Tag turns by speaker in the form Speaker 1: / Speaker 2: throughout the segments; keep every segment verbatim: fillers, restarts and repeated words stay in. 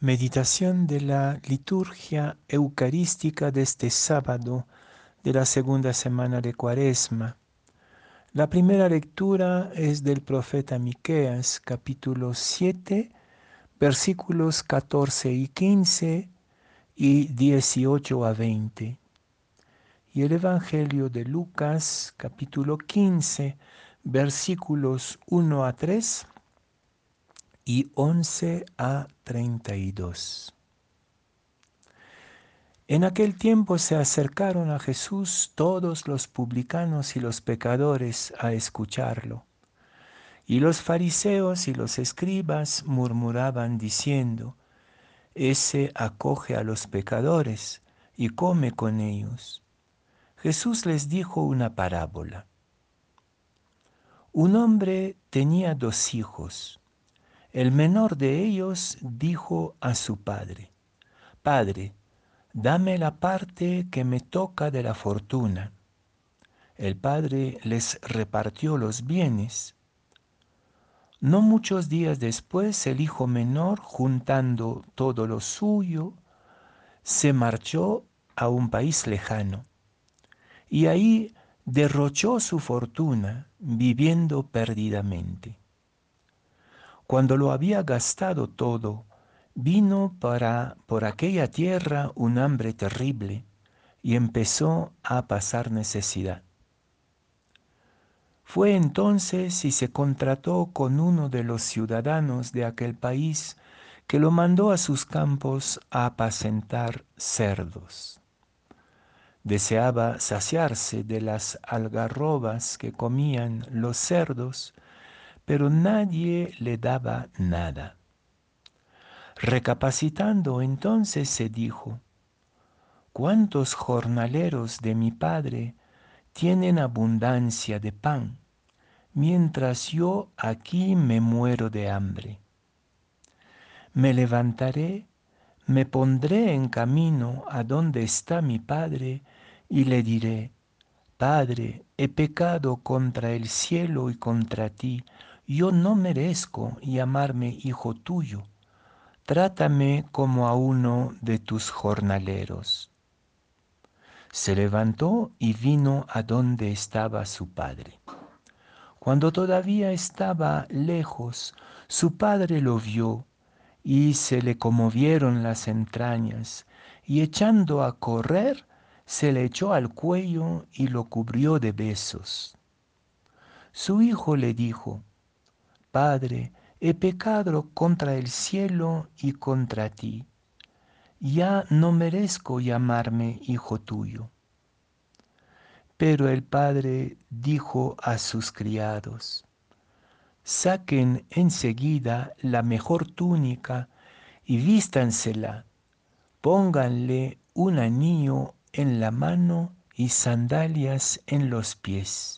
Speaker 1: Meditación de la liturgia eucarística de este sábado de la segunda semana de Cuaresma. La primera lectura es del profeta Miqueas, capítulo siete, versículos catorce y quince y dieciocho a veinte. Y el Evangelio de Lucas, capítulo quince, versículos uno a tres y once a treinta y dos. En aquel tiempo se acercaron a Jesús todos los publicanos y los pecadores a escucharlo. Y los fariseos y los escribas murmuraban diciendo: Ese acoge a los pecadores y come con ellos. Jesús les dijo una parábola. Un hombre tenía dos hijos. El menor de ellos dijo a su padre: Padre, dame la parte que me toca de la fortuna. El padre les repartió los bienes. No muchos días después, el hijo menor, juntando todo lo suyo, se marchó a un país lejano y ahí derrochó su fortuna viviendo perdidamente. Cuando lo había gastado todo, vino para, por aquella tierra un hambre terrible y empezó a pasar necesidad. Fue entonces y se contrató con uno de los ciudadanos de aquel país, que lo mandó a sus campos a apacentar cerdos. Deseaba saciarse de las algarrobas que comían los cerdos, pero nadie le daba nada. Recapacitando entonces se dijo: ¿Cuántos jornaleros de mi padre tienen abundancia de pan, mientras yo aquí me muero de hambre? Me levantaré, me pondré en camino a donde está mi padre y le diré: Padre, he pecado contra el cielo y contra ti, yo no merezco llamarme hijo tuyo. Trátame como a uno de tus jornaleros. Se levantó y vino a donde estaba su padre. Cuando todavía estaba lejos, su padre lo vio y se le conmovieron las entrañas, y echando a correr, se le echó al cuello y lo cubrió de besos. Su hijo le dijo: Padre, he pecado contra el cielo y contra ti. Ya no merezco llamarme hijo tuyo. Pero el padre dijo a sus criados: Saquen enseguida la mejor túnica y vístansela, pónganle un anillo en la mano y sandalias en los pies.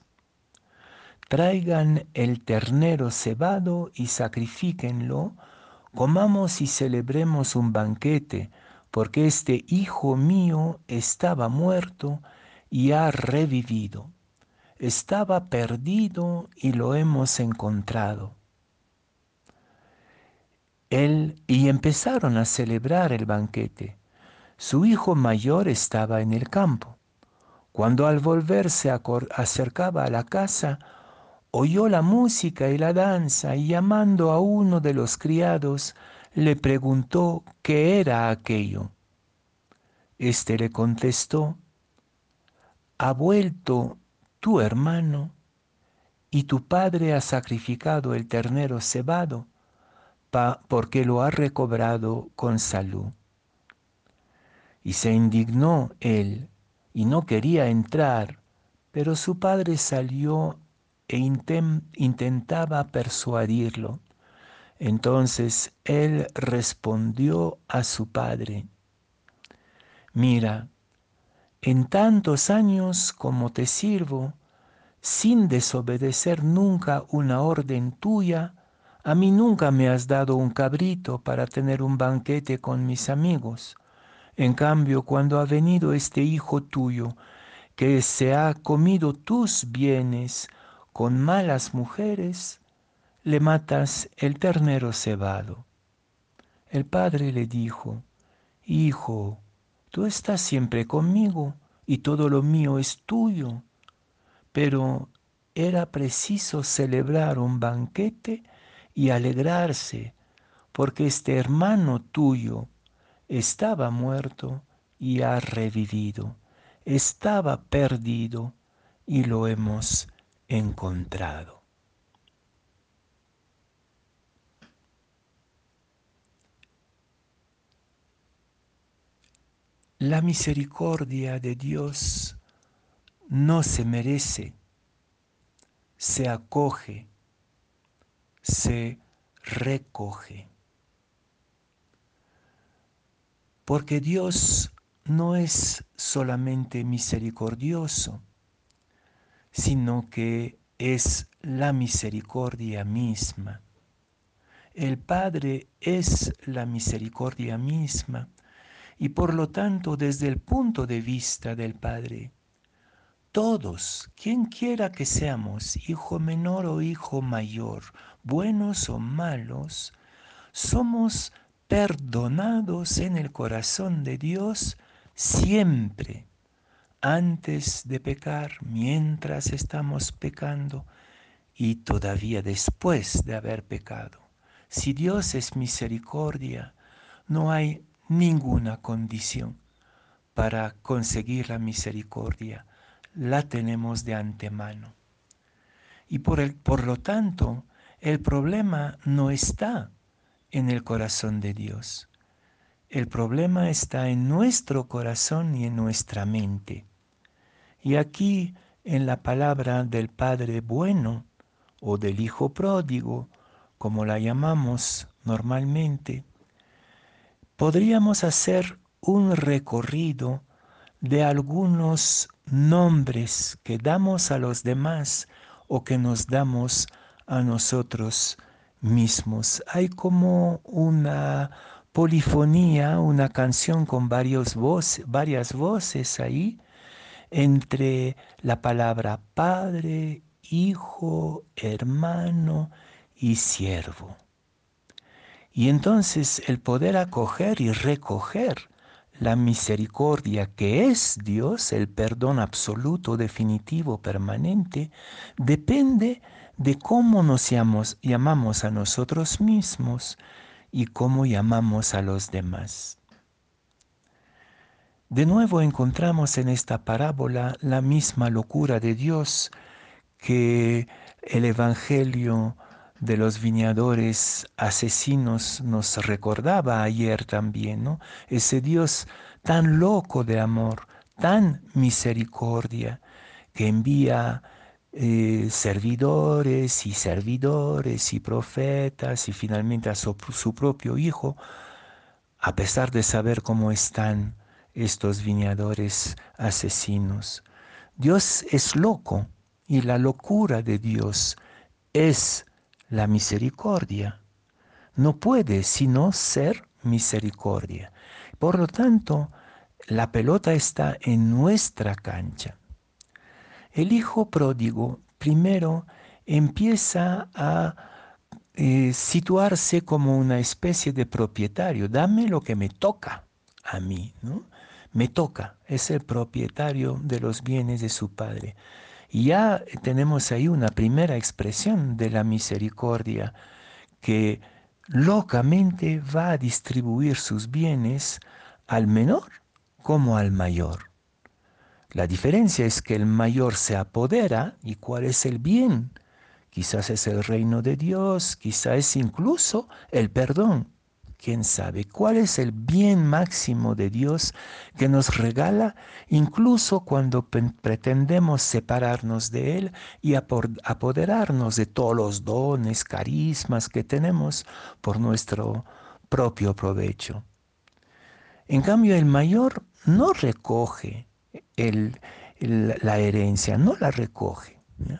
Speaker 1: Traigan el ternero cebado y sacrifíquenlo, comamos y celebremos un banquete, porque este hijo mío estaba muerto y ha revivido. Estaba perdido y lo hemos encontrado. Él y empezaron a celebrar el banquete. Su hijo mayor estaba en el campo. Cuando al volverse acercaba a la casa, oyó la música y la danza, y llamando a uno de los criados, le preguntó qué era aquello. Este le contestó: Ha vuelto tu hermano, y tu padre ha sacrificado el ternero cebado, pa- porque lo ha recobrado con salud. Y se indignó él, y no quería entrar, pero su padre salió e intem- intentaba persuadirlo. Entonces él respondió a su padre: Mira, en tantos años como te sirvo, sin desobedecer nunca una orden tuya, a mí nunca me has dado un cabrito para tener un banquete con mis amigos. En cambio, cuando ha venido este hijo tuyo, que se ha comido tus bienes con malas mujeres, le matas el ternero cebado. El padre le dijo, Hijo, tú estás siempre conmigo y todo lo mío es tuyo, pero era preciso celebrar un banquete y alegrarse, porque este hermano tuyo estaba muerto y ha revivido, estaba perdido y lo hemos encontrado. La misericordia de Dios no se merece, se acoge, se recoge. Porque Dios no es solamente misericordioso, sino que es la misericordia misma. El Padre es la misericordia misma y por lo tanto desde el punto de vista del Padre, todos, quien quiera que seamos, hijo menor o hijo mayor, buenos o malos, somos perdonados en el corazón de Dios siempre, antes de pecar, mientras estamos pecando y todavía después de haber pecado. Si Dios es misericordia, no hay ninguna condición para conseguir la misericordia. La tenemos de antemano. Y por, el, por lo tanto, el problema no está en el corazón de Dios. El problema está en nuestro corazón y en nuestra mente. Y aquí, en la palabra del Padre bueno o del Hijo pródigo, como la llamamos normalmente, podríamos hacer un recorrido de algunos nombres que damos a los demás o que nos damos a nosotros mismos. Hay como una polifonía, una canción con varios voces, varias voces ahí, entre la palabra padre, hijo, hermano y siervo. Y entonces el poder acoger y recoger la misericordia que es Dios, el perdón absoluto, definitivo, permanente, depende de cómo nos llamamos, llamamos a nosotros mismos y cómo llamamos a los demás. De nuevo encontramos en esta parábola la misma locura de Dios que el Evangelio de los viñadores asesinos nos recordaba ayer también, ¿no? Ese Dios tan loco de amor, tan misericordia, que envía eh, servidores y servidores y profetas y finalmente a su, su propio Hijo, a pesar de saber cómo están estos viñadores asesinos. Dios es loco y la locura de Dios es la misericordia. No puede sino ser misericordia. Por lo tanto, la pelota está en nuestra cancha. El hijo pródigo primero empieza a eh, situarse como una especie de propietario. Dame lo que me toca a mí, ¿no? Me toca, es el propietario de los bienes de su padre. Y ya tenemos ahí una primera expresión de la misericordia que locamente va a distribuir sus bienes al menor como al mayor. La diferencia es que el mayor se apodera y cuál es el bien. Quizás es el reino de Dios, quizás es incluso el perdón. ¿Quién sabe cuál es el bien máximo de Dios que nos regala incluso cuando pretendemos separarnos de Él y apoderarnos de todos los dones, carismas que tenemos por nuestro propio provecho? En cambio, el mayor no recoge el, el, la herencia, no la recoge, ¿no?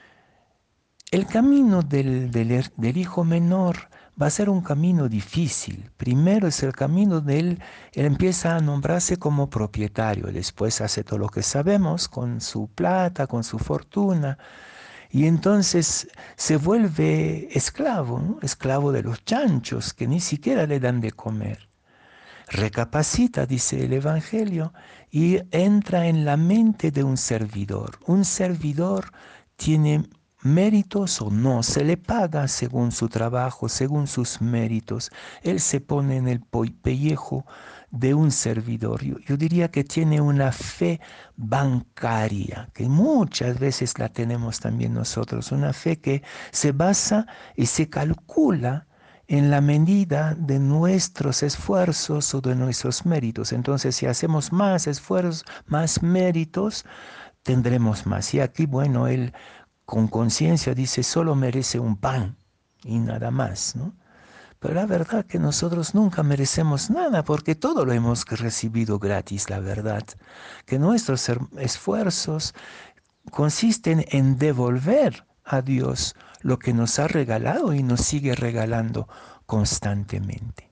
Speaker 1: El camino del, del, del hijo menor va a ser un camino difícil. Primero es el camino de él, él empieza a nombrarse como propietario, después hace todo lo que sabemos con su plata, con su fortuna, Y entonces se vuelve esclavo, ¿no? Esclavo de los chanchos que ni siquiera le dan de comer. Recapacita, dice el Evangelio, y entra en la mente de un servidor. Un servidor tiene méritos o no, se le paga según su trabajo, según sus méritos. Él se pone en el pellejo de un servidor. Yo, yo diría que tiene una fe bancaria, que muchas veces la tenemos también nosotros, una fe que se basa y se calcula en la medida de nuestros esfuerzos o de nuestros méritos. Entonces, si hacemos más esfuerzos, más méritos, tendremos más. Y aquí, bueno, él con conciencia dice, solo merece un pan y nada más, ¿no? Pero la verdad que nosotros nunca merecemos nada porque todo lo hemos recibido gratis, la verdad. Que nuestros esfuerzos consisten en devolver a Dios lo que nos ha regalado y nos sigue regalando constantemente.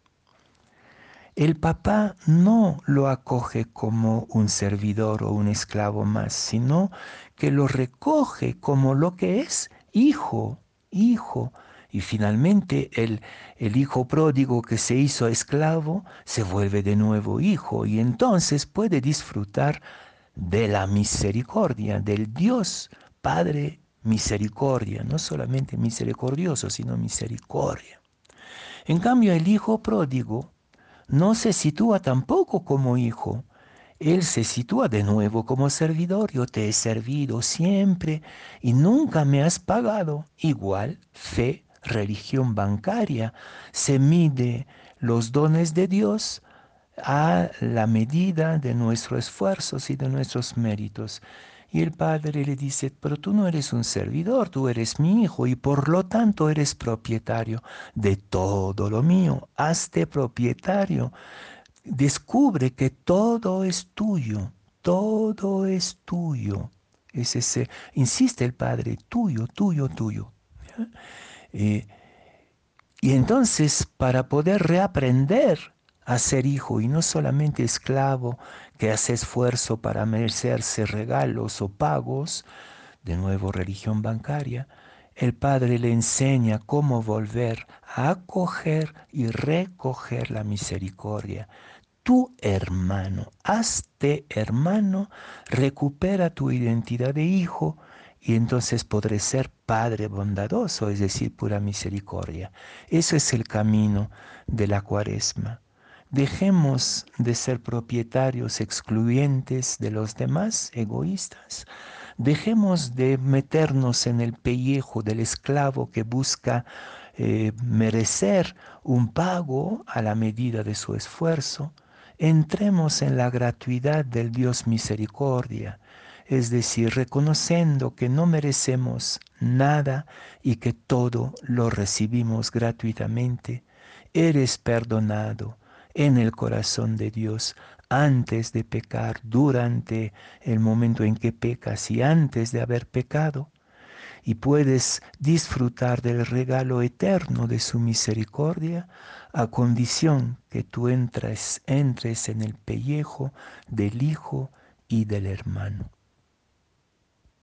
Speaker 1: El papá no lo acoge como un servidor o un esclavo más, sino que lo recoge como lo que es hijo, hijo. Y finalmente el, el hijo pródigo que se hizo esclavo se vuelve de nuevo hijo y entonces puede disfrutar de la misericordia, del Dios Padre misericordia, no solamente misericordioso, sino misericordia. En cambio, el hijo pródigo no se sitúa tampoco como hijo. Él se sitúa de nuevo como servidor. Yo te he servido siempre y nunca me has pagado. Igual, fe, religión bancaria, se mide los dones de Dios a la medida de nuestros esfuerzos y de nuestros méritos. Y el padre le dice, pero tú no eres un servidor, tú eres mi hijo y por lo tanto eres propietario de todo lo mío. Hazte propietario. Descubre que todo es tuyo, todo es tuyo. Es ese, insiste el padre, tuyo, tuyo, tuyo. Eh, y entonces, para poder reaprender a ser hijo y no solamente esclavo que hace esfuerzo para merecerse regalos o pagos, de nuevo religión bancaria, el Padre le enseña cómo volver a acoger y recoger la misericordia. Tu hermano, hazte hermano, recupera tu identidad de hijo y entonces podré ser Padre bondadoso, es decir, pura misericordia. Ese es el camino de la Cuaresma. Dejemos de ser propietarios excluyentes de los demás, egoístas. Dejemos de meternos en el pellejo del esclavo que busca eh, merecer un pago a la medida de su esfuerzo. Entremos en la gratuidad del Dios misericordia, es decir, reconociendo que no merecemos nada y que todo lo recibimos gratuitamente. Eres perdonado en el corazón de Dios antes de pecar, durante el momento en que pecas y antes de haber pecado, y puedes disfrutar del regalo eterno de su misericordia a condición que tú entres, entres en el pellejo del Hijo y del hermano.